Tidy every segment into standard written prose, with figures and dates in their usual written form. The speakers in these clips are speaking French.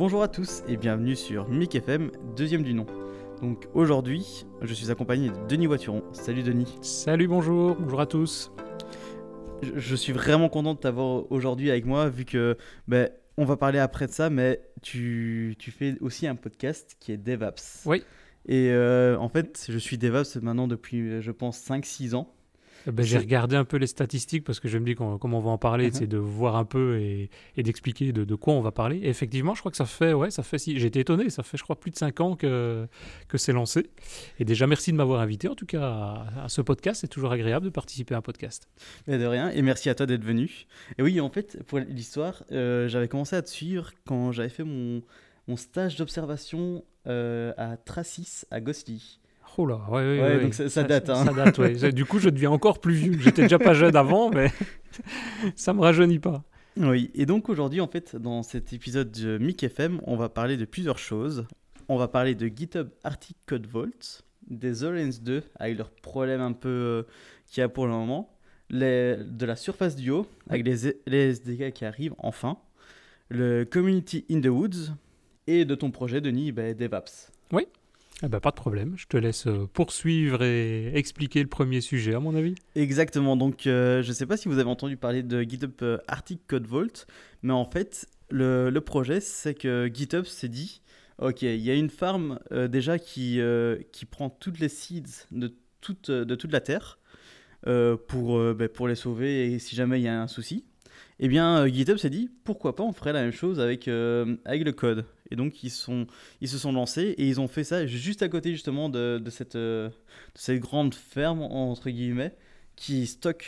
Bonjour à tous et bienvenue sur Mic FM, deuxième du nom. Donc aujourd'hui, je suis accompagné de Denis Voituron. Salut Denis. Salut, bonjour à tous. Je suis vraiment content de t'avoir aujourd'hui avec moi vu que on va parler après de ça, mais tu fais aussi un podcast qui est DevApps. Oui. Et en fait, je suis DevApps maintenant depuis, je pense, 5-6 ans. J'ai regardé un peu les statistiques parce que je me dis comme on va en parler, c'est de voir un peu et d'expliquer de quoi on va parler. Et effectivement, je crois que ça fait j'ai été étonné, ça fait je crois plus de 5 ans que c'est lancé. Et déjà, merci de m'avoir invité en tout cas à ce podcast, c'est toujours agréable de participer à un podcast. Mais de rien, et merci à toi d'être venu. Et oui, en fait, pour l'histoire, j'avais commencé à te suivre quand j'avais fait mon stage d'observation à Tracis, à Gosselies. Oh là, ouais. Donc ça date. Hein. Ça date, ouais. Du coup, je deviens encore plus vieux. J'étais déjà pas jeune avant, mais ça me rajeunit pas. Oui, et donc aujourd'hui, en fait, dans cet épisode de Mic FM, on va parler de plusieurs choses. On va parler de GitHub Arctic Code Vault, des Solens 2, avec leurs problèmes un peu qu'il y a pour le moment, de la Surface Duo, avec les SDK qui arrivent enfin, le Community in the Woods, et de ton projet, Denis, DevApps. Oui. Pas de problème, je te laisse poursuivre et expliquer le premier sujet à mon avis. Exactement, donc je ne sais pas si vous avez entendu parler de GitHub Arctic Code Vault, mais en fait le projet c'est que GitHub s'est dit, ok, il y a une farm déjà qui prend toutes les seeds de toute la Terre pour les sauver et si jamais il y a un souci. Eh bien, GitHub s'est dit, pourquoi pas on ferait la même chose avec le code. Et donc, ils se sont lancés et ils ont fait ça juste à côté justement de cette grande ferme, entre guillemets, qui stocke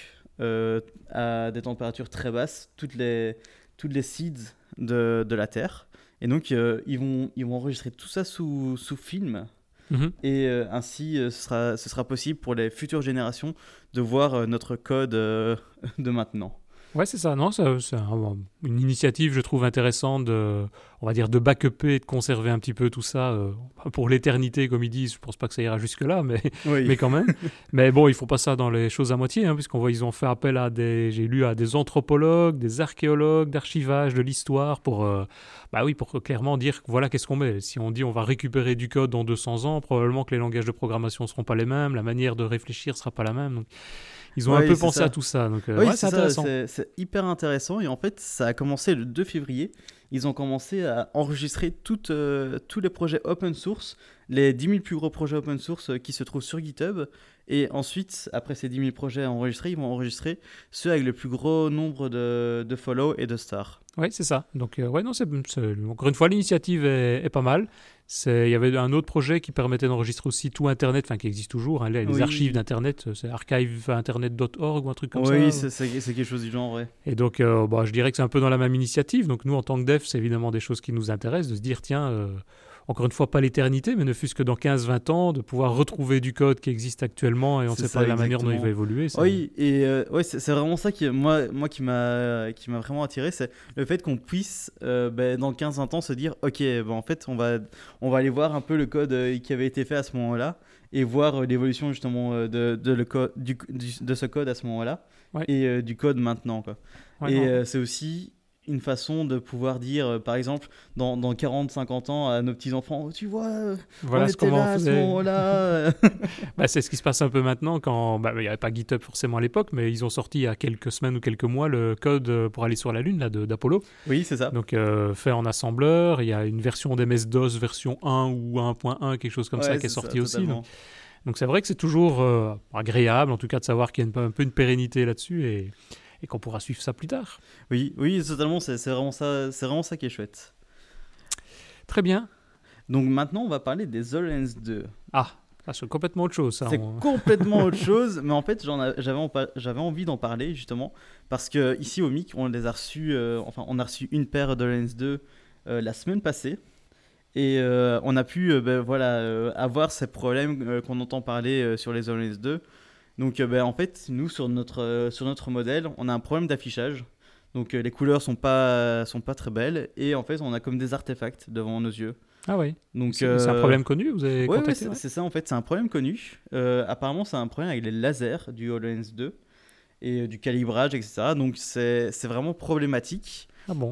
à des températures très basses toutes les seeds de la Terre. Et donc, ils vont enregistrer tout ça sous film. Et ainsi, ce sera possible pour les futures générations de voir notre code de maintenant. Ouais, c'est ça. Non, c'est une initiative, je trouve, intéressante on va dire, de backuper et de conserver un petit peu tout ça pour l'éternité, comme ils disent. Je pense pas que ça ira jusque-là, mais quand même. Mais bon, il faut pas ça dans les choses à moitié, puisqu'on voit, ils ont fait appel à j'ai lu à des anthropologues, des archéologues, d'archivage de l'histoire pour clairement dire, voilà, qu'est-ce qu'on met. Si on dit on va récupérer du code dans 200 ans, probablement que les langages de programmation seront pas les mêmes, la manière de réfléchir sera pas la même. Donc, ils ont un peu pensé à tout ça. Donc, c'est intéressant. C'est hyper intéressant. Et en fait, ça a commencé le 2 février. Ils ont commencé à enregistrer tous les projets open source, les 10 000 plus gros projets open source qui se trouvent sur GitHub. Et ensuite, après ces 10 000 projets enregistrés, ils vont enregistrer ceux avec le plus gros nombre de follow et de stars. Oui, c'est ça. Donc, encore une fois, l'initiative est pas mal. Il y avait un autre projet qui permettait d'enregistrer aussi tout Internet, qui existe toujours, les archives d'Internet, c'est archiveinternet.org ou un truc comme ça. Oui, c'est quelque chose du genre, ouais. Et donc, je dirais que c'est un peu dans la même initiative. Donc, nous, en tant que dev, c'est évidemment des choses qui nous intéressent, de se dire, tiens, encore une fois, pas l'éternité, mais ne fût-ce que dans 15-20 ans, de pouvoir retrouver du code qui existe actuellement et on ne sait pas la manière dont il va évoluer. Oui, et c'est vraiment ça qui m'a vraiment attiré, c'est le fait qu'on puisse, dans 15-20 ans, se dire, ok, en fait, on va aller voir un peu le code qui avait été fait à ce moment-là et voir l'évolution justement de ce code à ce moment-là et du code maintenant, quoi. Et c'est aussi une façon de pouvoir dire, par exemple, dans 40-50 ans à nos petits-enfants, tu vois, voilà on était là à ce moment-là. C'est ce qui se passe un peu maintenant quand il n'y avait pas GitHub forcément à l'époque, mais ils ont sorti il y a quelques semaines ou quelques mois le code pour aller sur la Lune d'Apollo. Oui, c'est ça. Donc fait en assembleur, il y a une version d'MS-DOS version 1 ou 1.1, quelque chose comme ça qui est sorti aussi. Donc c'est vrai que c'est toujours agréable, en tout cas de savoir qu'il y a un peu une pérennité là-dessus et qu'on pourra suivre ça plus tard. Oui, totalement, c'est vraiment ça qui est chouette. Très bien. Donc maintenant, on va parler des Solens 2. C'est complètement autre chose. Ça, complètement autre chose, mais en fait, j'avais envie d'en parler justement, parce qu'ici au MIC, on les a reçus, on a reçu une paire de Solens 2 la semaine passée, et on a pu avoir ces problèmes qu'on entend parler sur les Solens 2. Donc en fait, nous, sur notre modèle, on a un problème d'affichage. Donc les couleurs sont pas très belles. Et en fait, on a comme des artefacts devant nos yeux. Ah oui. Donc, c'est un problème connu, vous avez contacté, c'est ça en fait, c'est un problème connu. Apparemment, c'est un problème avec les lasers du HoloLens 2 et du calibrage, etc. Donc c'est vraiment problématique. Ah bon.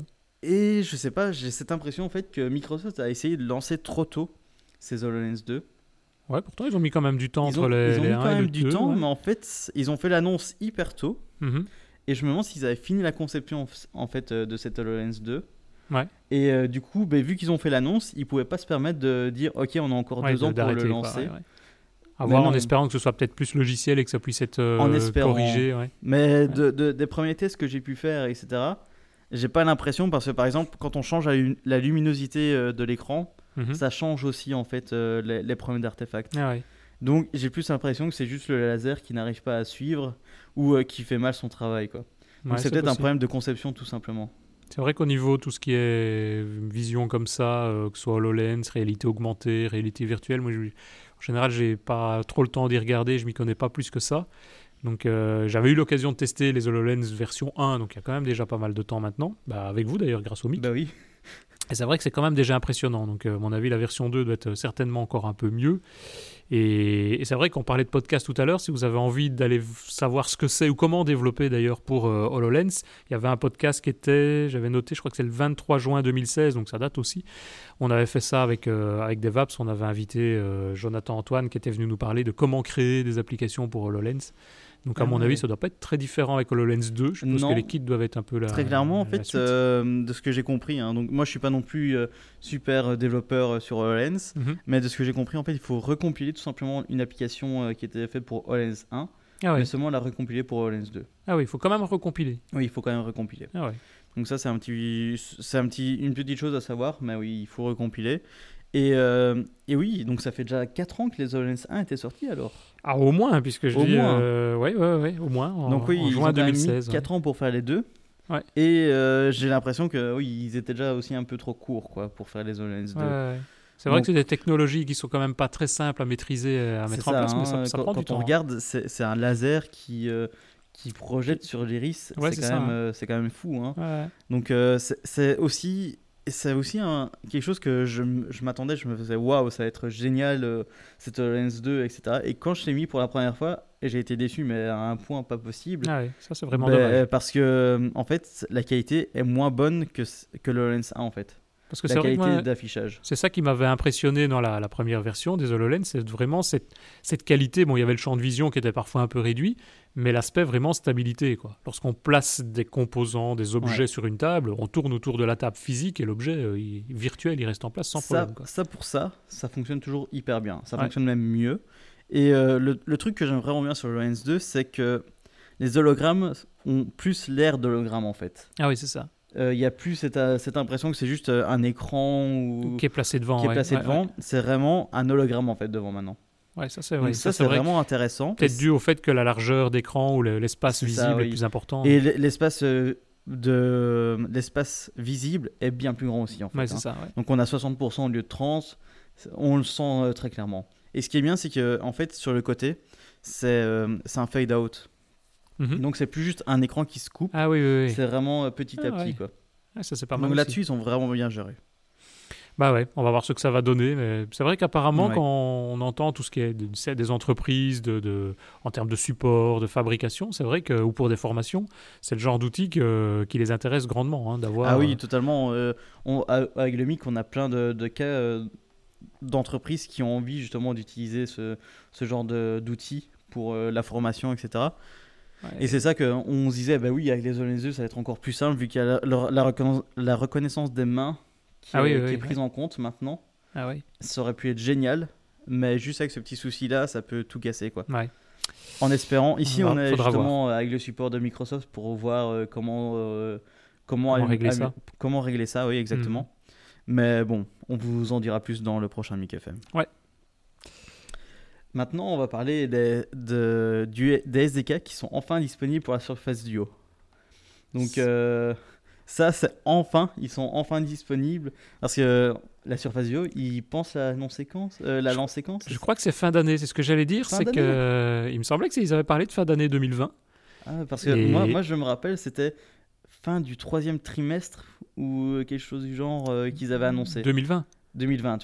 Et je sais pas, j'ai cette impression en fait que Microsoft a essayé de lancer trop tôt ces HoloLens 2. Ouais, pourtant ils ont mis quand même du temps Ils entre ont les mis 1 quand et même le du 2. temps, Ouais. mais en fait, ils ont fait l'annonce hyper tôt. Mhm. Et je me demande s'ils avaient fini la conception en fait de cette HoloLens 2. Ouais. Et du coup, vu qu'ils ont fait l'annonce, ils pouvaient pas se permettre de dire ok, on a encore 2 ans pour le lancer. Quoi, ouais. À voir en espérant que ce soit peut-être plus logiciel et que ça puisse être corrigé. Ouais. Mais des premiers tests que j'ai pu faire, etc., j'ai pas l'impression parce que par exemple, quand on change la luminosité de l'écran, ça change aussi en fait les problèmes d'artefacts. Ah ouais. Donc j'ai plus l'impression que c'est juste le laser qui n'arrive pas à suivre ou qui fait mal son travail, quoi. Donc c'est peut-être un problème de conception tout simplement. C'est vrai qu'au niveau tout ce qui est vision comme ça, que ce soit HoloLens, réalité augmentée, réalité virtuelle, moi en général j'ai pas trop le temps d'y regarder, je m'y connais pas plus que ça. Donc j'avais eu l'occasion de tester les HoloLens version 1, donc il y a quand même déjà pas mal de temps maintenant, avec vous d'ailleurs grâce au mic. Bah oui. Et c'est vrai que c'est quand même déjà impressionnant, donc à mon avis la version 2 doit être certainement encore un peu mieux. Et c'est vrai qu'on parlait de podcast tout à l'heure, si vous avez envie d'aller savoir ce que c'est ou comment développer d'ailleurs pour HoloLens, il y avait un podcast qui était, j'avais noté, je crois que c'est le 23 juin 2016, donc ça date aussi. On avait fait ça avec DevApps, on avait invité Jonathan Antoine qui était venu nous parler de comment créer des applications pour HoloLens. Donc à mon avis, ça ne doit pas être très différent avec HoloLens 2. Je pense que les kits doivent être un peu là. Très clairement, en fait, de ce que j'ai compris, hein, donc moi je ne suis pas non plus super développeur sur HoloLens, mais de ce que j'ai compris, en fait, il faut recompiler tout simplement une application qui était faite pour HoloLens 1, mais seulement la recompiler pour HoloLens 2. Ah oui, il faut quand même recompiler. Oui, il faut quand même recompiler. Ah ouais. Donc ça, c'est une petite chose à savoir, mais oui, il faut recompiler. Et oui, donc ça fait déjà 4 ans que les HoloLens 1 étaient sortis alors. Ah, au moins, puisque je dis... Oui, au moins, donc oui, en juin 2016. Mis 4 ans pour faire les deux. Ouais. Et j'ai l'impression que oui, ils étaient déjà aussi un peu trop courts quoi, pour faire les HoloLens 2. Ouais. C'est vrai que c'est des technologies qui sont quand même pas très simples à maîtriser, à mettre en place, mais ça prend du temps. Quand on regarde, c'est un laser qui projette sur l'iris, c'est quand même fou. Hein. Ouais. Donc c'est aussi quelque chose que je m'attendais, je me faisais waouh, ça va être génial cette HoloLens 2, etc. Et quand je l'ai mis pour la première fois, j'ai été déçu, mais à un point pas possible. Ah ouais, ça c'est vraiment dommage. Parce que en fait, la qualité est moins bonne que le HoloLens 1 en fait. Parce que la qualité d'affichage. C'est ça qui m'avait impressionné dans la première version des HoloLens, c'est vraiment cette qualité. Bon, il y avait le champ de vision qui était parfois un peu réduit, mais l'aspect vraiment stabilité, quoi. Lorsqu'on place des composants, des objets sur une table, on tourne autour de la table physique et l'objet virtuel, il reste en place sans problème. Quoi. Ça fonctionne toujours hyper bien. Ça fonctionne même mieux. Et le truc que j'aime vraiment bien sur le HoloLens 2, c'est que les hologrammes ont plus l'air d'hologrammes en fait. Ah oui, c'est ça. Il n'y a plus cette impression que c'est juste un écran qui est placé devant. C'est vraiment un hologramme en fait devant maintenant. Ouais, ça c'est vrai. Donc ça c'est vraiment intéressant. Peut-être dû au fait que la largeur d'écran ou l'espace visible est plus important. Et l'espace visible est bien plus grand aussi en fait. Ouais, c'est ça, ouais. Donc on a 60% au lieu de 30%, on le sent très clairement. Et ce qui est bien, c'est que en fait sur le côté, c'est un fade out. Donc c'est plus juste un écran qui se coupe. Ah oui. C'est vraiment petit à petit quoi. Ah, ça c'est pas mal. Donc là-dessus ils sont vraiment bien gérés. Bah ouais, on va voir ce que ça va donner. Mais c'est vrai qu'apparemment quand on entend tout ce qui est des entreprises en termes de support, de fabrication, c'est vrai que ou pour des formations, c'est le genre d'outil qui les intéresse grandement d'avoir. Ah oui, totalement. Avec le MIC, on a plein de cas d'entreprises qui ont envie justement d'utiliser ce genre d'outils pour la formation, etc. Et c'est ça qu'on se disait, bah oui, avec les HoloLens 2, ça va être encore plus simple vu qu'il y a la reconnaissance des mains qui est prise en compte maintenant. Ah oui. Ça aurait pu être génial, mais juste avec ce petit souci-là, ça peut tout casser, quoi. Ouais. En espérant. Ici, on est justement voir. avec le support de Microsoft pour voir comment régler ça, oui, exactement. Mais bon, on vous en dira plus dans le prochain Mic FM. Ouais. Maintenant, on va parler des SDK qui sont enfin disponibles pour la Surface Duo. Donc, ils sont enfin disponibles parce que la Surface Duo, ils pensent à la lance-séquence. Je crois que c'est fin d'année, c'est ce que j'allais dire. Il me semblait qu'ils avaient parlé de fin d'année 2020. Ah, parce que moi, je me rappelle, c'était fin du 3e trimestre ou quelque chose du genre qu'ils avaient annoncé. 2020. 2020, oui.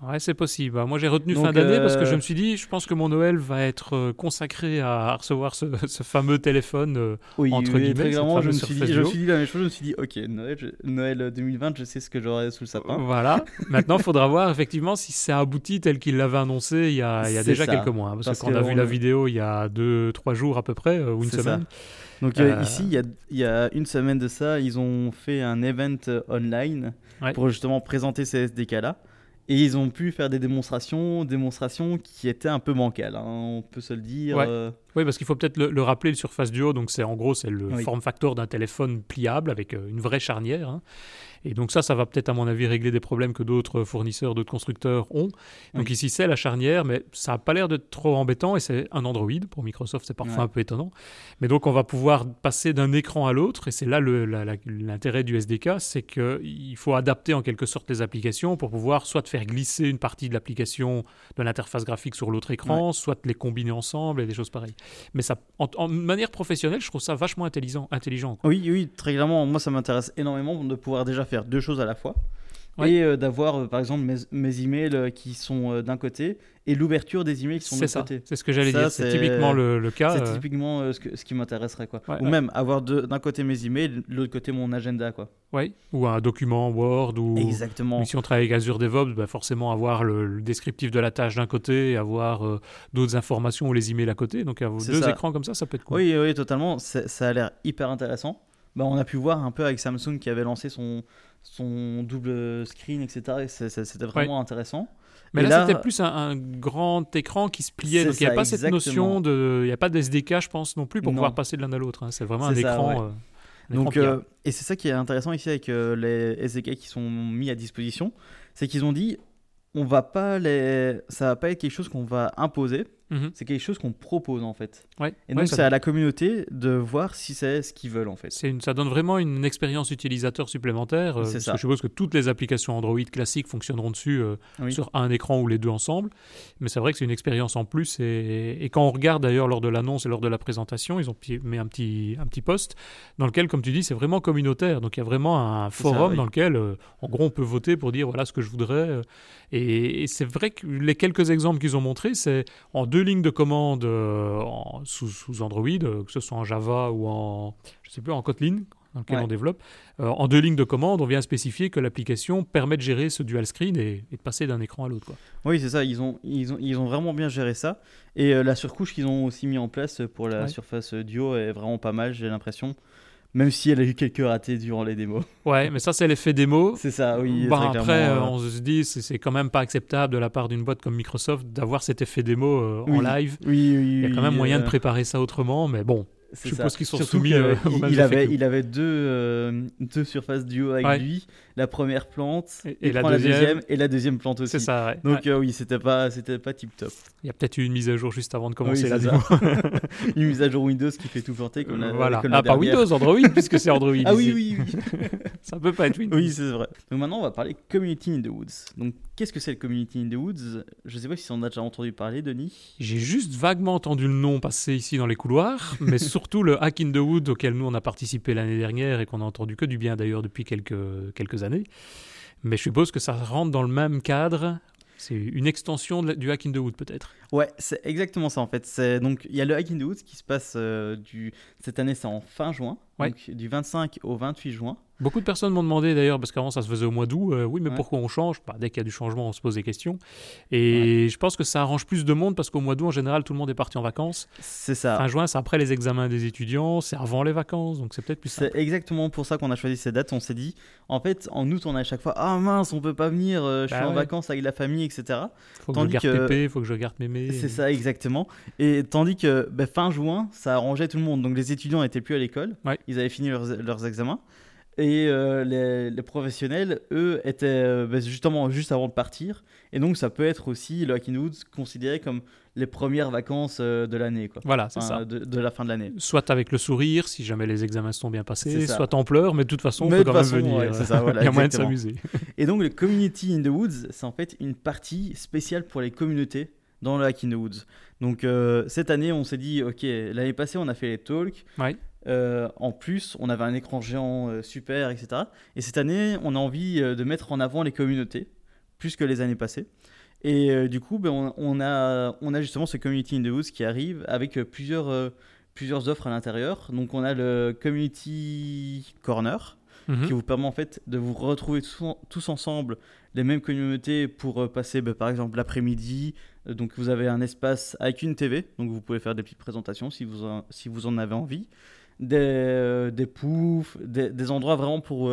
Ouais, c'est possible. Moi, j'ai retenu fin d'année parce que je me suis dit, je pense que mon Noël va être consacré à recevoir ce fameux téléphone, entre guillemets. Très clairement, je me suis dit la même chose. Je me suis dit, ok, Noël 2020, je sais ce que j'aurai sous le sapin. Voilà. Maintenant, il faudra voir effectivement si ça aboutit tel qu'il l'avait annoncé il y a déjà quelques mois. Hein, parce que quand on a vu la vidéo il y a 2-3 jours à peu près, ou une semaine. Ça. Donc ici, il y a une semaine de ça, ils ont fait un event online pour justement présenter ces SDK-là. Et ils ont pu faire des démonstrations qui étaient un peu bancales, hein, on peut se le dire. Oui, parce qu'il faut peut-être le rappeler, le Surface Duo, donc c'est le form factor d'un téléphone pliable avec une vraie charnière. Hein. Et donc ça va peut-être à mon avis régler des problèmes que d'autres fournisseurs, d'autres constructeurs ont. Donc ici c'est la charnière, mais ça n'a pas l'air de trop embêtant et c'est un Android. Pour Microsoft c'est parfois un peu étonnant. Mais donc on va pouvoir passer d'un écran à l'autre et c'est là l'intérêt du SDK, c'est qu'il faut adapter en quelque sorte les applications pour pouvoir soit faire glisser une partie de l'application de l'interface graphique sur l'autre écran, soit les combiner ensemble et des choses pareilles. Mais ça, en manière professionnelle, je trouve ça vachement intelligent. Quoi. Oui, très clairement. Moi, ça m'intéresse énormément de pouvoir déjà faire deux choses à la fois. Et d'avoir, par exemple, mes emails qui sont d'un côté et l'ouverture des emails qui sont de l'autre côté. C'est ce que j'allais dire. C'est typiquement le cas. C'est typiquement ce qui m'intéresserait. Quoi. Même avoir d'un côté mes emails, de l'autre côté mon agenda. Quoi. Oui, ou un document Word. Exactement. Ou si on travaille avec Azure DevOps, forcément avoir le descriptif de la tâche d'un côté et avoir d'autres informations ou les emails à côté. Donc avoir deux écrans comme ça peut être cool. Oui, totalement. Ça a l'air hyper intéressant. On a pu voir un peu avec Samsung qui avait lancé son double screen, etc. Et c'était vraiment intéressant. Mais là, c'était plus un grand écran qui se pliait. Donc, il n'y a pas cette notion de... Il n'y a pas de SDK, je pense, non plus, pour pouvoir passer de l'un à l'autre. Hein. C'est vraiment un écran... Donc, et c'est ça qui est intéressant ici avec les SDK qui sont mis à disposition. C'est qu'ils ont dit, ça ne va pas être quelque chose qu'on va imposer. C'est quelque chose qu'on propose en fait. Et donc c'est à la communauté de voir si c'est ce qu'ils veulent en fait. Ça donne vraiment une expérience utilisateur supplémentaire. Parce que je suppose que toutes les applications Android classiques fonctionneront dessus sur un écran ou les deux ensemble. Mais c'est vrai que c'est une expérience en plus. Et quand on regarde d'ailleurs lors de l'annonce et lors de la présentation, ils ont mis un petit post dans lequel, comme tu dis, c'est vraiment communautaire. Donc il y a vraiment un forum dans lequel, en gros, on peut voter pour dire voilà ce que je voudrais. Et c'est vrai que les quelques exemples qu'ils ont montrés, c'est en 2 lignes de commande sous Android, que ce soit en Java ou en Kotlin, dans lequel on développe. En 2 lignes de commande, on vient spécifier que l'application permet de gérer ce dual screen et de passer d'un écran à l'autre. Quoi. Oui, c'est ça. Ils ont vraiment bien géré ça. Et la surcouche qu'ils ont aussi mis en place pour la Surface Duo est vraiment pas mal, j'ai l'impression. Même si elle a eu quelques ratés durant les démos. Ouais, mais ça, c'est l'effet démo. C'est ça, oui. Après, on se dit, c'est quand même pas acceptable de la part d'une boîte comme Microsoft d'avoir cet effet démo en live. Il y a quand même moyen de préparer ça autrement, mais bon. Je suppose qu'ils sont soumis au même effet. Il avait deux Surface Duo avec lui. La première plante, et la deuxième, et la deuxième plante aussi. C'est ça, ouais. Donc oui, c'était pas tip top. Il y a peut-être eu une mise à jour juste avant de commencer la démo. Une mise à jour Windows qui fait tout planter comme pas Windows, Android, puisque c'est Android. Oui. Ça peut pas être Windows. Oui, c'est vrai. Donc maintenant, on va parler Community in the Woods. Donc qu'est-ce que c'est le Community in the Woods ? Je sais pas si on a déjà entendu parler, Denis. J'ai juste vaguement entendu le nom passer ici dans les couloirs, mais surtout le Hack in the Wood auquel nous on a participé l'année dernière et qu'on a entendu que du bien d'ailleurs depuis quelques années. Mais je suppose que ça rentre dans le même cadre. C'est une extension du Hack in the Wood peut-être. Ouais, c'est exactement ça en fait. Donc il y a le Hack in the Wood qui se passe cette année, c'est en fin juin, donc du 25 au 28 juin. Beaucoup de personnes m'ont demandé d'ailleurs, parce qu'avant ça se faisait au mois d'août, oui mais pourquoi on change ? Dès qu'il y a du changement on se pose des questions. Et je pense que ça arrange plus de monde parce qu'au mois d'août en général tout le monde est parti en vacances. C'est ça. Fin juin c'est après les examens des étudiants, c'est avant les vacances, donc c'est peut-être plus simple. C'est exactement pour ça qu'on a choisi ces dates. On s'est dit, en fait en août on a à chaque fois, ah mince on peut pas venir, je suis en vacances avec la famille, etc. Faut que je garde Pépé, faut que je garde Mémé. C'est ça exactement. Et tandis que fin juin ça arrangeait tout le monde. Donc les étudiants n'étaient plus à l'école, ils avaient fini leurs examens. Et les professionnels, eux, étaient justement juste avant de partir. Et donc, ça peut être aussi, le Hack in the Woods, considéré comme les premières vacances de l'année. Quoi. Voilà, c'est ça. De la fin de l'année. Soit avec le sourire, si jamais les examens sont bien passés, soit en pleurs, mais de toute façon, on peut quand même venir. C'est ça, voilà, il y a moyen de s'amuser. Et donc, le Community in the Woods, c'est en fait une partie spéciale pour les communautés dans le Hack in the Woods. Donc, cette année, on s'est dit, OK, l'année passée, on a fait les talks. En plus, on avait un écran géant super, etc. Et cette année, on a envie de mettre en avant les communautés plus que les années passées. Et du coup, on a justement ce Community in the Woods qui arrive avec plusieurs offres à l'intérieur. Donc on a le Community Corner qui vous permet en fait de vous retrouver tous ensemble, les mêmes communautés pour passer par exemple l'après-midi. Donc vous avez un espace avec une TV, donc vous pouvez faire des petites présentations si vous en avez envie. Des poufs, des endroits vraiment pour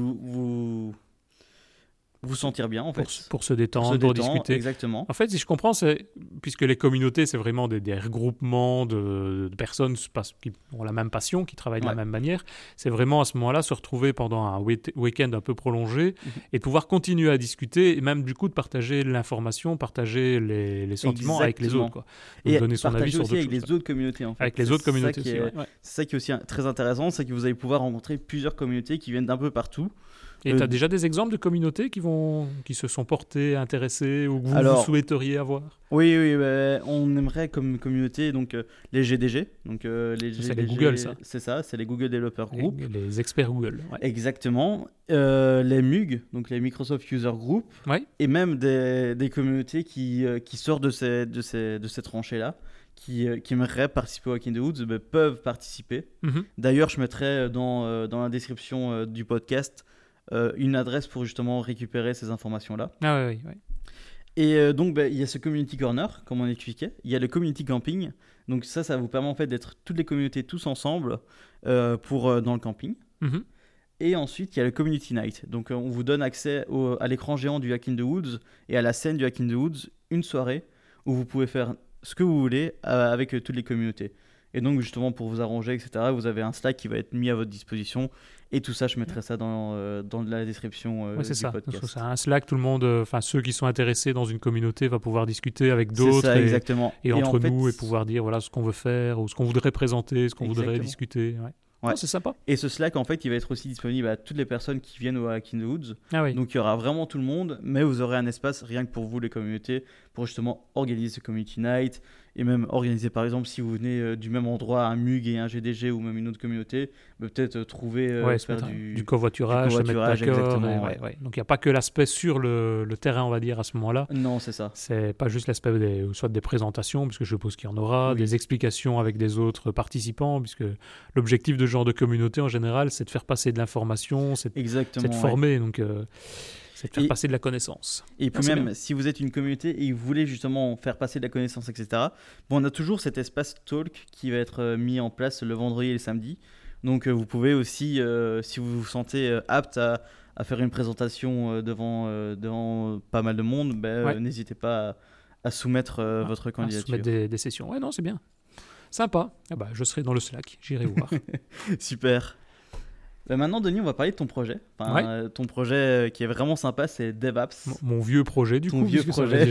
vous sentir bien en fait. Pour se détendre, pour discuter. Exactement. En fait, si je comprends, puisque les communautés, c'est vraiment des regroupements de personnes qui ont la même passion, qui travaillent de la même manière, c'est vraiment à ce moment-là se retrouver pendant un week-end un peu prolongé et de pouvoir continuer à discuter et même du coup de partager l'information, partager les sentiments avec les autres. Quoi. Et donner son avis sur d'autres choses. Avec les autres communautés en fait. Avec les autres communautés aussi. C'est ça qui est aussi très intéressant, c'est que vous allez pouvoir rencontrer plusieurs communautés qui viennent d'un peu partout. Et tu as déjà des exemples de communautés qui se sont portées, intéressées ou que vous souhaiteriez avoir? Oui, on aimerait comme communauté donc, les GDG. Donc, c'est les Google, ça. C'est ça, c'est les Google Developer Group. Les experts Google. Ouais. Exactement. Les MUG, donc les Microsoft User Group. Ouais. Et même des communautés qui sortent de ces tranchées-là. Qui aimeraient participer au Walk in the Woods peuvent participer. D'ailleurs, je mettrai dans la description du podcast une adresse pour justement récupérer ces informations-là. Ah oui. Et donc, il y a ce Community Corner, comme on expliquait. Il y a le Community Camping. Donc ça vous permet en fait d'être toutes les communautés tous ensemble dans le camping. Et ensuite, il y a le Community Night. Donc on vous donne accès à l'écran géant du Walk in the Woods et à la scène du Walk in the Woods, une soirée où vous pouvez faire ce que vous voulez avec toutes les communautés. Et donc justement pour vous arranger, etc., vous avez un Slack qui va être mis à votre disposition. Et tout ça, je mettrai ça dans la description du podcast. C'est un Slack, tout le monde, ceux qui sont intéressés dans une communauté va pouvoir discuter avec d'autres. C'est ça, exactement. Et entre nous, et pouvoir dire voilà ce qu'on veut faire, ou ce qu'on voudrait présenter, ce qu'on voudrait discuter. Ouais. Non, c'est sympa. Et ce Slack, en fait, il va être aussi disponible à toutes les personnes qui viennent au Walk in the Woods. Ah oui. Donc, il y aura vraiment tout le monde, mais vous aurez un espace rien que pour vous, les communautés, pour justement organiser ce Community Night et même organiser, par exemple, si vous venez du même endroit, un MUG et un GDG ou même une autre communauté, peut-être trouver faire du covoiturage, se mettre d'accord. Exactement. Donc, il n'y a pas que l'aspect sur le terrain, on va dire, à ce moment-là. Non, c'est ça. C'est pas juste l'aspect soit des présentations, puisque je suppose qu'il y en aura, des explications avec des autres participants, puisque l'objectif de ce genre de communauté, en général, c'est de faire passer de l'information, c'est de former, donc c'est de faire passer de la connaissance. Et puis même, si vous êtes une communauté et vous voulez justement faire passer de la connaissance, etc., on a toujours cet espace talk qui va être mis en place le vendredi et le samedi. Donc vous pouvez aussi, si vous vous sentez apte à faire une présentation devant pas mal de monde, n'hésitez pas à soumettre votre candidature. À soumettre des sessions. Ouais, non, c'est bien. Sympa. Je serai dans le Slack, j'irai voir. Super. Maintenant, Denis, on va parler de ton projet. Ton projet qui est vraiment sympa, c'est DevApps. Mon vieux projet, du coup. Ton vieux projet.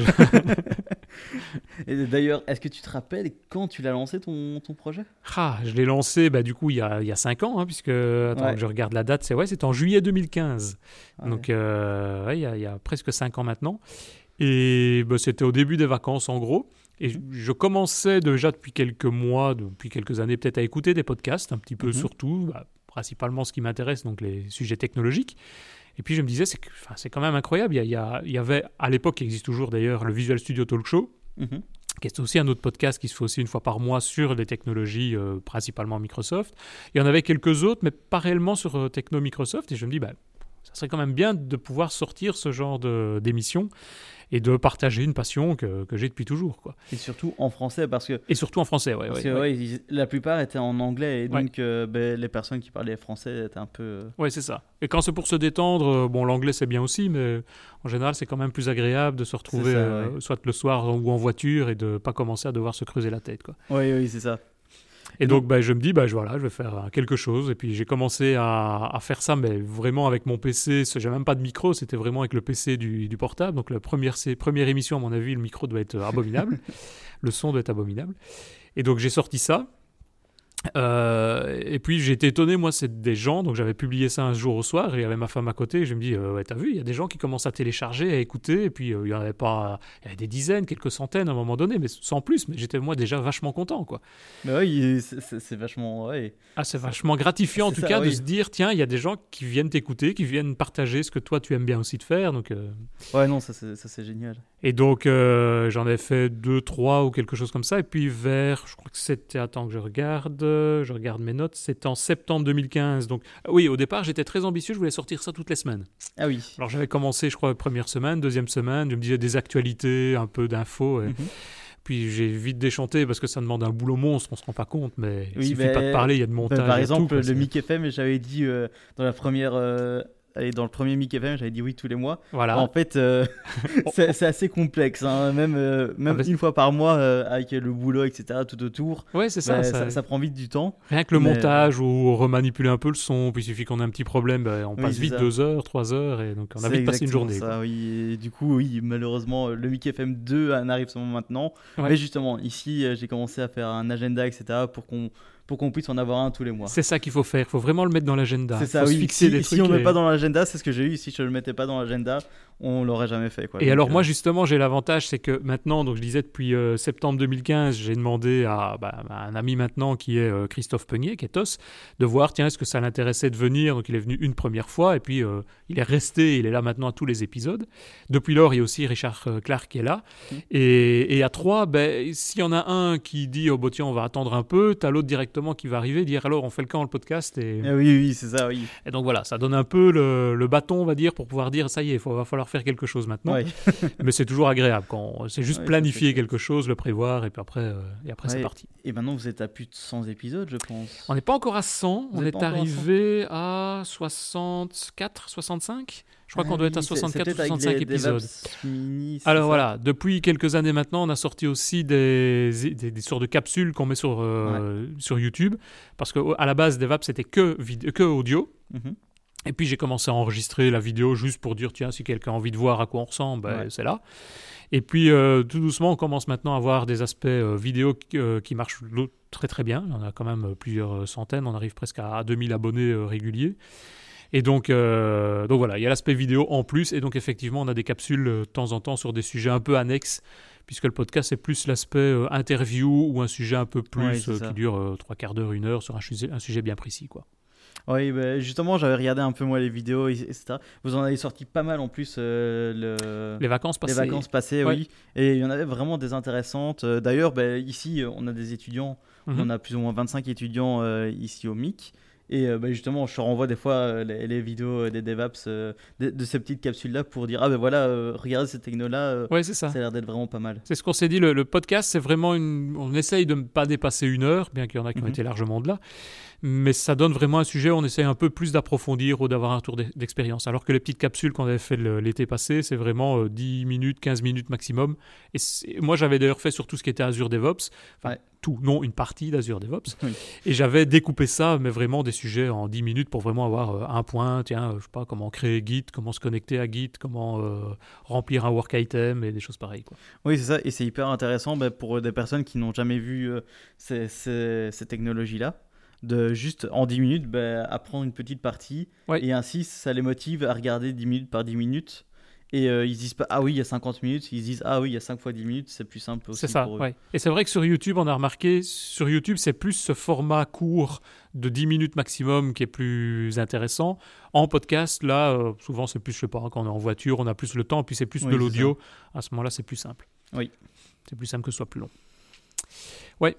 Et d'ailleurs, est-ce que tu te rappelles quand tu l'as lancé, ton projet ? Je l'ai lancé du coup il y a 5 ans, puisque que je regarde la date, c'était en juillet 2015. Donc, il y a presque 5 ans maintenant. Et c'était au début des vacances, en gros. Et je commençais déjà depuis quelques mois, depuis quelques années peut-être, à écouter des podcasts, un petit peu surtout, principalement ce qui m'intéresse, donc les sujets technologiques. Et puis je me disais, c'est quand même incroyable. Il y avait, à l'époque, qui existe toujours d'ailleurs, le Visual Studio Talk Show, qui est aussi un autre podcast qui se fait aussi une fois par mois sur les technologies, principalement Microsoft. Il y en avait quelques autres, mais pas réellement sur Techno Microsoft. Et je me dis, ça serait quand même bien de pouvoir sortir ce genre d'émission et de partager une passion que j'ai depuis toujours, quoi. Et surtout en français, parce que... Et surtout en français, la plupart étaient en anglais, et donc les personnes qui parlaient français étaient un peu... Oui, c'est ça. Et quand c'est pour se détendre, l'anglais c'est bien aussi, mais en général c'est quand même plus agréable de se retrouver soit le soir ou en voiture et de ne pas commencer à devoir se creuser la tête, quoi. Oui, c'est ça. Et donc, je me dis, je vais faire quelque chose. Et puis, j'ai commencé à faire ça, mais vraiment avec mon PC. J'ai même pas de micro, c'était vraiment avec le PC du portable. Donc, la première émission, à mon avis, le micro doit être abominable. Le son doit être abominable. Et donc, j'ai sorti ça. Et puis j'ai été étonné, moi, c'est des gens, donc j'avais publié ça un jour au soir, et il y avait ma femme à côté, et je me dis, ouais, t'as vu, il y a des gens qui commencent à télécharger, à écouter, et puis il y en avait pas, il y avait des dizaines, quelques centaines à un moment donné, mais sans plus, mais j'étais moi déjà vachement content, quoi. Mais oui, c'est vachement... Ouais. Ah, c'est vachement gratifiant en tout cas de se dire, tiens, il y a des gens qui viennent t'écouter, qui viennent partager ce que toi tu aimes bien aussi de faire, donc... Ouais, non, ça c'est génial. Et donc, j'en ai fait 2, 3 ou quelque chose comme ça. Et puis je crois que c'était, attends que je regarde mes notes, c'était en septembre 2015. Donc, oui, au départ, j'étais très ambitieux, je voulais sortir ça toutes les semaines. Ah oui. Alors, j'avais commencé, je crois, première semaine, deuxième semaine, je me disais des actualités, un peu d'infos. Puis j'ai vite déchanté parce que ça demande un boulot monstre, on se rend pas compte, mais il suffit pas de parler, il y a de montage. Par exemple, tout, le Mic FM, j'avais dit dans la première... dans le premier Mic FM, j'avais dit oui tous les mois. Voilà. En fait, c'est assez complexe. Hein. Même une fois par mois, avec le boulot, etc., tout autour. Ouais, c'est ça, ça prend vite du temps. Rien que le montage ou remanipuler un peu le son, puis il suffit qu'on ait un petit problème, on passe vite 2 heures, 3 heures, et donc on a vite passé une journée. Ça, oui. Et du coup, oui, malheureusement, le Mic FM 2 en arrive seulement maintenant. Ouais. Mais justement, ici, j'ai commencé à faire un agenda, etc., pour qu'on puisse en avoir un tous les mois. C'est ça qu'il faut faire, il faut vraiment le mettre dans l'agenda. C'est ça, faut se fixer des trucs. Si on ne met pas dans l'agenda, c'est ce que j'ai eu, si je ne le mettais pas dans l'agenda, on ne l'aurait jamais fait. Quoi. Et donc, alors moi justement, j'ai l'avantage, c'est que maintenant, donc je disais depuis septembre 2015, j'ai demandé à un ami maintenant qui est Christophe Peugnier, qui est TOS, de voir, tiens, est-ce que ça l'intéressait de venir. Donc il est venu une première fois, et puis il est resté, il est là maintenant à tous les épisodes. Depuis lors, il y a aussi Richard Clark qui est là. Et à 3, s'il y en a un qui dit, oh tiens, on va attendre un peu, t'as l'autre directement qui va arriver, dire alors on fait le camp, le podcast. Oui, c'est ça, oui. Et donc voilà, ça donne un peu le bâton, on va dire, pour pouvoir dire ça y est, va falloir faire quelque chose maintenant. Ouais. Mais c'est toujours agréable quand c'est juste planifier quelque chose, le prévoir, et puis après c'est parti. Et maintenant vous êtes à plus de 100 épisodes, je pense. On n'est pas encore à 100, on est arrivé à 64, 65. Je crois qu'on doit être à 64 ou 65 épisodes. Alors voilà, depuis quelques années maintenant, on a sorti aussi des sortes de capsules qu'on met sur YouTube, parce qu'à la base, DevApp, c'était que audio. Et puis j'ai commencé à enregistrer la vidéo juste pour dire, tiens, si quelqu'un a envie de voir à quoi on ressemble, c'est là. Et puis tout doucement, on commence maintenant à avoir des aspects vidéo qui marchent très très bien. On a quand même plusieurs centaines, on arrive presque à 2000 abonnés réguliers. Et donc voilà, il y a l'aspect vidéo en plus, et donc effectivement on a des capsules de temps en temps sur des sujets un peu annexes, puisque le podcast c'est plus l'aspect interview ou un sujet un peu plus qui dure 3 quarts d'heure, 1 heure sur un sujet bien précis, quoi. Oui, justement, j'avais regardé un peu moi les vidéos, etc. Vous en avez sorti pas mal en plus. Les vacances passées. Les vacances passées, oui. Et il y en avait vraiment des intéressantes. D'ailleurs, ici, on a des étudiants. On a plus ou moins 25 étudiants ici au MIC. Et justement, je renvoie des fois les vidéos des DevApps de ces petites capsules-là pour dire regardez cette techno-là, ça a l'air d'être vraiment pas mal. C'est ce qu'on s'est dit, le podcast, c'est vraiment on essaye de ne pas dépasser 1 heure, bien qu'il y en a qui ont été largement de là. Mais ça donne vraiment un sujet où on essaie un peu plus d'approfondir ou d'avoir un tour d'expérience. Alors que les petites capsules qu'on avait fait l'été passé, c'est vraiment 10 minutes, 15 minutes maximum. Et moi, j'avais d'ailleurs fait sur tout ce qui était Azure DevOps. Enfin, une partie d'Azure DevOps. Oui. Et j'avais découpé ça, mais vraiment des sujets en 10 minutes pour vraiment avoir un point. Tiens, je sais pas, comment créer Git, comment se connecter à Git, comment remplir un work item et des choses pareilles, quoi. Oui, c'est ça. Et c'est hyper intéressant pour des personnes qui n'ont jamais vu ces technologies-là. De juste en 10 minutes apprendre une petite partie et ainsi ça les motive à regarder 10 minutes par 10 minutes et ils se disent pas ah oui il y a 50 minutes, ils se disent ah oui il y a 5 fois 10 minutes, c'est plus simple aussi. C'est ça, pour eux. Et c'est vrai que sur YouTube on a remarqué, sur YouTube c'est plus ce format court de 10 minutes maximum qui est plus intéressant. En podcast là souvent c'est plus, je sais pas, quand on est en voiture on a plus le temps, puis c'est plus de l'audio, à ce moment là c'est plus simple. Oui, c'est plus simple que ce soit plus long. Ouais.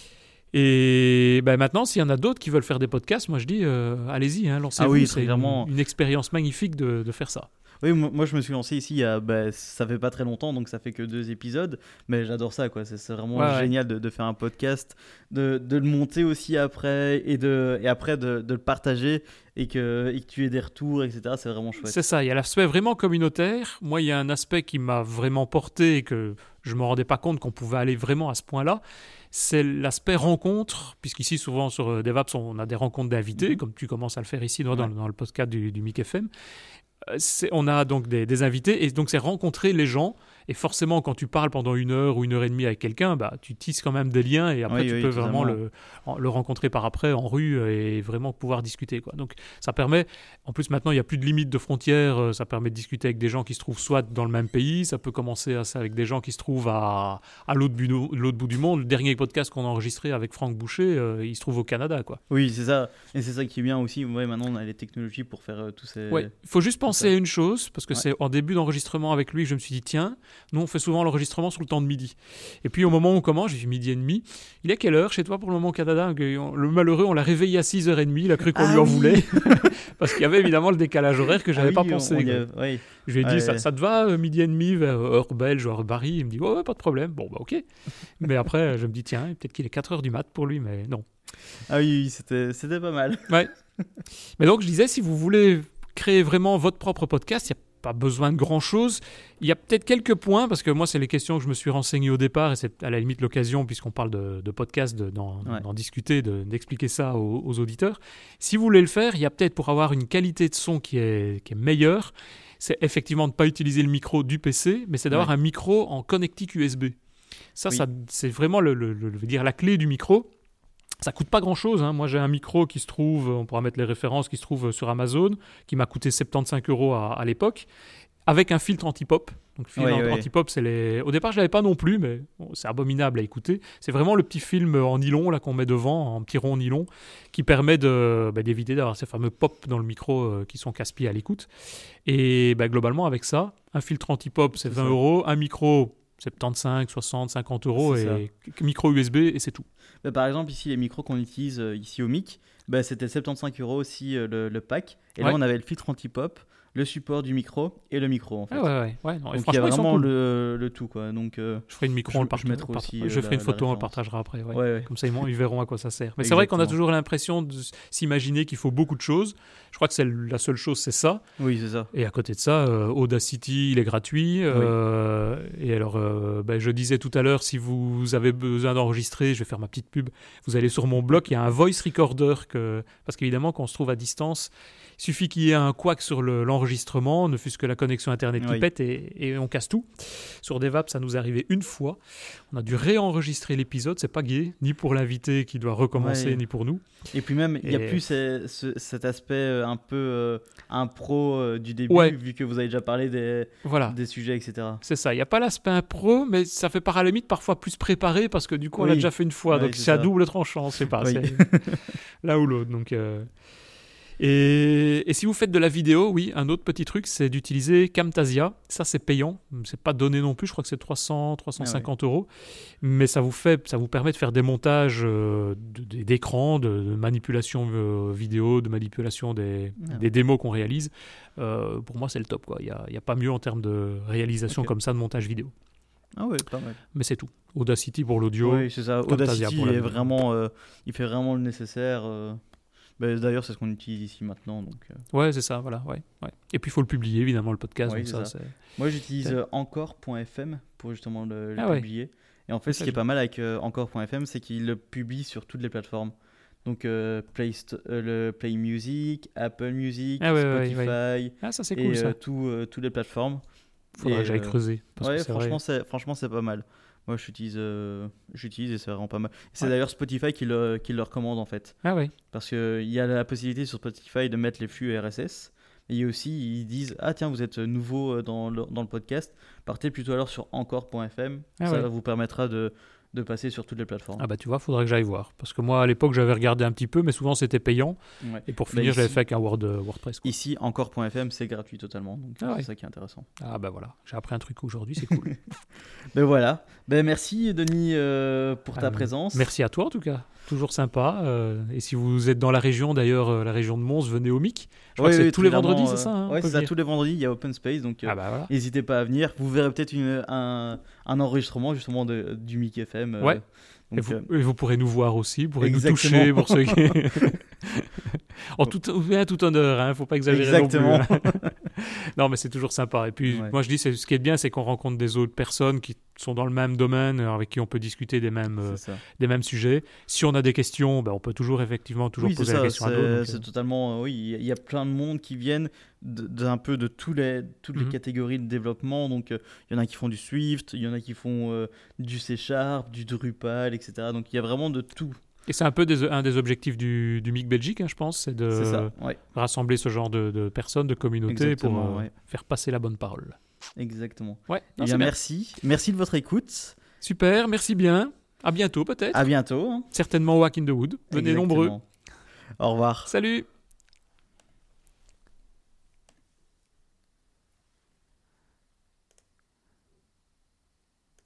Et maintenant, s'il y en a d'autres qui veulent faire des podcasts, moi je dis, allez-y, lancez-vous. Ah oui, c'est vraiment une expérience magnifique de faire ça. Oui, moi je me suis lancé ici, ça fait pas très longtemps, donc ça fait que 2 épisodes, mais j'adore ça, quoi. C'est vraiment génial de faire un podcast, de le monter aussi après, et après de le partager, et que tu aies des retours, etc. C'est vraiment chouette. C'est ça, il y a l'aspect vraiment communautaire. Moi, il y a un aspect qui m'a vraiment porté, et que je ne me rendais pas compte qu'on pouvait aller vraiment à ce point-là. C'est l'aspect rencontre, puisqu'ici, souvent sur DevApps, on a des rencontres d'invités, comme tu commences à le faire ici dans le podcast du Mic FM. On a donc des invités, et donc c'est rencontrer les gens Et forcément, quand tu parles pendant 1 heure ou 1 heure et demie avec quelqu'un, tu tisses quand même des liens et après tu peux vraiment le rencontrer par après en rue et vraiment pouvoir discuter, quoi. Donc ça permet, en plus maintenant il n'y a plus de limite de frontières, ça permet de discuter avec des gens qui se trouvent soit dans le même pays, ça peut commencer avec des gens qui se trouvent à l'autre bout du monde. Le dernier podcast qu'on a enregistré avec Franck Boucher, il se trouve au Canada, quoi. Oui, c'est ça. Et c'est ça qui est bien aussi. Maintenant on a les technologies pour faire tous ces... Il faut juste penser à une chose, parce que c'est en début d'enregistrement avec lui que je me suis dit, tiens, nous on fait souvent l'enregistrement sur le temps de midi. Et puis au moment où on commence, j'ai dit 12h30, il est quelle heure chez toi pour le moment au Canada? Le malheureux, on l'a réveillé à 6h30, il a cru qu'on lui en voulait, parce qu'il y avait évidemment le décalage horaire que j'avais pas pensé. Je lui ai dit, ça te va, 12h30, heure belge, heure Paris? Il me dit, ouais, pas de problème. Bon, ok. Mais après, je me dis, tiens, peut-être qu'il est 4h du mat pour lui, mais non. Ah oui, c'était pas mal. Ouais. Mais donc, je disais, si vous voulez créer vraiment votre propre podcast, il n'y a pas besoin de grand-chose. Il y a peut-être quelques points, parce que moi, c'est les questions que je me suis renseigné au départ, et c'est à la limite l'occasion, puisqu'on parle de podcast, d'en discuter, d'expliquer ça aux auditeurs. Si vous voulez le faire, il y a peut-être, pour avoir une qualité de son qui est meilleure, c'est effectivement de ne pas utiliser le micro du PC, mais c'est d'avoir un micro en connectique USB. Ça, c'est vraiment la clé du micro. Ça coûte pas grand-chose, hein. Moi, j'ai un micro qui se trouve, on pourra mettre les références, qui se trouve sur Amazon, qui m'a coûté 75 € à l'époque, avec un filtre anti-pop. Donc, anti-pop, au départ, je l'avais pas non plus, mais c'est abominable à écouter. C'est vraiment le petit film en nylon là qu'on met devant, en petit rond nylon, qui permet d'éviter d'avoir ces fameux pop dans le micro qui sont casse-pieds à l'écoute. Et globalement, avec ça, un filtre anti-pop, c'est 20 €, un micro 75, 60, 50 € et micro USB et c'est tout. Par exemple, ici, les micros qu'on utilise ici au MIC, c'était 75 € aussi le pack. Et là, on avait le filtre anti-pop, le support du micro et le micro, en fait. Non, donc, il y a vraiment le tout, quoi. Donc, je ferai une micro, je ferai une photo, on le partagera après. Comme ça, ils verront à quoi ça sert. Mais c'est vrai qu'on a toujours l'impression de s'imaginer qu'il faut beaucoup de choses. Je crois que la seule chose, c'est ça. Oui, c'est ça. Et à côté de ça, Audacity, il est gratuit. Et alors, je disais tout à l'heure, si vous avez besoin d'enregistrer, je vais faire ma petite pub, vous allez sur mon blog, il y a un voice recorder, parce qu'évidemment, quand on se trouve à distance, il suffit qu'il y ait un couac sur l'enregistrement, ne fût-ce que la connexion Internet qui pète et on casse tout. Sur Devap, ça nous est arrivé une fois. On a dû réenregistrer l'épisode, c'est pas gai, ni pour l'invité qui doit recommencer, ni pour nous. Et puis même, il n'y a plus cet aspect un peu impro du début, vu que vous avez déjà parlé des sujets, etc. C'est ça, il n'y a pas l'aspect impro, mais ça fait par à la limite parfois plus préparé, parce que du coup, on l'a déjà fait une fois, donc c'est à double tranchant, c'est pas c'est l'un ou l'autre. Donc... Et si vous faites de la vidéo, un autre petit truc, c'est d'utiliser Camtasia. Ça, c'est payant. C'est pas donné non plus. Je crois que c'est 350 €. Mais ça vous permet de faire des montages d'écran, de manipulation vidéo, de manipulation des démos qu'on réalise. Pour moi, c'est le top, quoi. Il y a pas mieux en termes de réalisation comme ça, de montage vidéo. Ah ouais, pas mal. Mais c'est tout. Audacity pour l'audio. Oui, c'est ça. Audacity, il fait vraiment le nécessaire. D'ailleurs, c'est ce qu'on utilise ici maintenant. Donc, Ouais, c'est ça, voilà. Ouais. Et puis, il faut le publier, évidemment, le podcast. Donc ça. Moi, j'utilise encore.fm pour justement le publier. Et en fait, ce qui est pas mal avec encore.fm, c'est qu'il le publie sur toutes les plateformes. Donc, le Play Music, Apple Music, Spotify. Ça, c'est cool, ça. Toutes les plateformes. Faudrait que j'aille creuser. Franchement, c'est pas mal. Moi, j'utilise et c'est vraiment pas mal. C'est d'ailleurs Spotify qui le recommande, en fait. Ah oui. Parce qu'il y a la possibilité sur Spotify de mettre les flux RSS. Et aussi, ils disent « Ah tiens, vous êtes nouveau dans le podcast. Partez plutôt alors sur encore.fm. Ça vous permettra de passer sur toutes les plateformes. » Ah tu vois, faudrait que j'aille voir. Parce que moi, à l'époque, j'avais regardé un petit peu, mais souvent, c'était payant. Et pour finir, je l'avais fait avec un WordPress. Quoi. Ici, encore.fm, c'est gratuit totalement. Donc, c'est ça qui est intéressant. Ah voilà, j'ai appris un truc aujourd'hui, c'est cool. Voilà. Merci, Denis, pour ta présence. Merci à toi, en tout cas. Toujours sympa. Et si vous êtes dans la région, d'ailleurs, la région de Mons, venez au MIC. Je crois que c'est tous les vendredis, c'est ça Oui, c'est ça, tous les vendredis, il y a Open Space. Donc, n'hésitez pas à venir. Vous verrez peut-être un enregistrement, justement, du MIC FM. Donc, et vous pourrez nous voir aussi, vous pourrez nous toucher pour ceux qui... tout honneur, hein, faut pas exagérer. Exactement. Non plus. Non, mais c'est toujours sympa. Et puis, moi, je dis, ce qui est bien, c'est qu'on rencontre des autres personnes qui sont dans le même domaine, avec qui on peut discuter des mêmes sujets. Si on a des questions, on peut toujours poser la question à d'autres. C'est totalement... oui, il y a plein de monde qui viennent d'un peu de toutes les catégories de développement. Donc, il y en a qui font du Swift, il y en a qui font du C#, du Drupal, etc. Donc, il y a vraiment de tout. Et c'est un peu un des objectifs du MIC Belgique, hein, je pense, c'est de rassembler ce genre de personnes, de communautés pour faire passer la bonne parole. Exactement. Ouais, merci. Merci de votre écoute. Super, merci bien. À bientôt peut-être. À bientôt. Certainement au Hack in the Wood. Venez nombreux. Au revoir. Salut.